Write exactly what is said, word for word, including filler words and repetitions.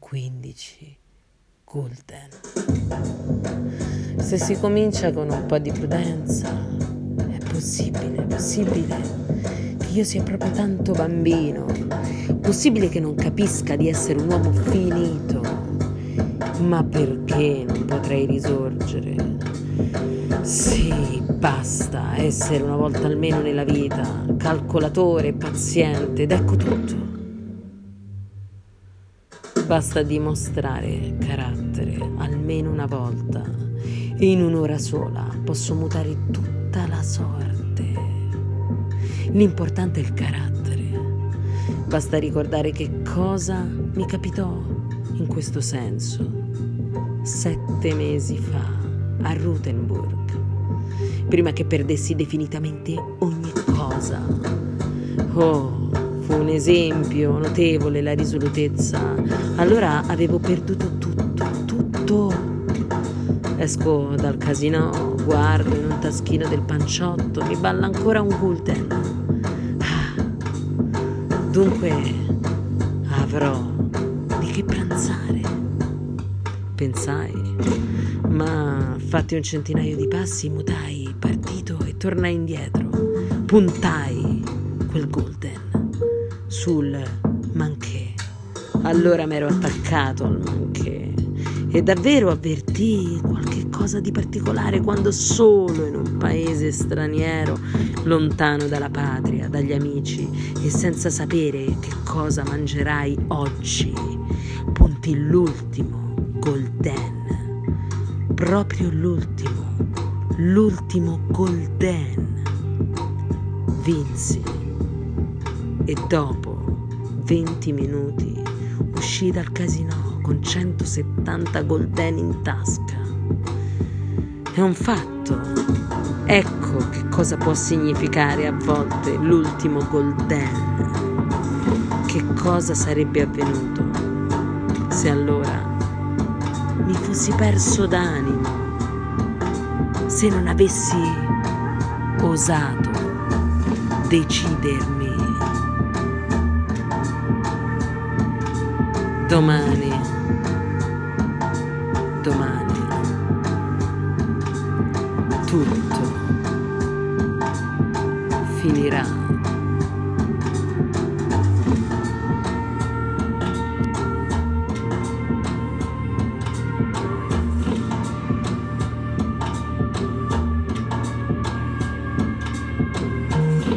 quindici gulden. Se si comincia con un po' di prudenza, è possibile, è possibile che io sia proprio tanto bambino, possibile che non capisca di essere un uomo finito, ma perché non potrei risorgere? Sì, basta essere una volta almeno nella vita calcolatore, paziente, ed ecco tutto. Basta dimostrare carattere almeno una volta e in un'ora sola posso mutare tutta la sorte. L'importante è il carattere. Basta ricordare che cosa mi capitò in questo senso sette mesi fa a Rothenburg, prima che perdessi definitivamente ogni cosa. Oh, fu un esempio notevole la risolutezza. Allora avevo perduto tutto, tutto. Esco dal casinò, guardo in un taschino del panciotto, mi balla ancora un gulden. Ah, dunque avrò di che pranzare, pensai, ma fatti un centinaio di passi, mutai partito e tornai indietro. Puntai quel gulden sul manché. Allora m'ero attaccato al manché e davvero avvertii qualche cosa di particolare quando solo in un paese straniero, lontano dalla patria, dagli amici e senza sapere che cosa mangerai oggi, punti l'ultimo golden, proprio l'ultimo, l'ultimo golden. Vinsi e dopo venti minuti uscii dal casinò con centosettanta golden in tasca. È un fatto. Ecco che cosa può significare a volte l'ultimo golden. Che cosa sarebbe avvenuto se allora mi fossi perso d'animo, se non avessi osato decidermi. Domani, domani, tutto finirà.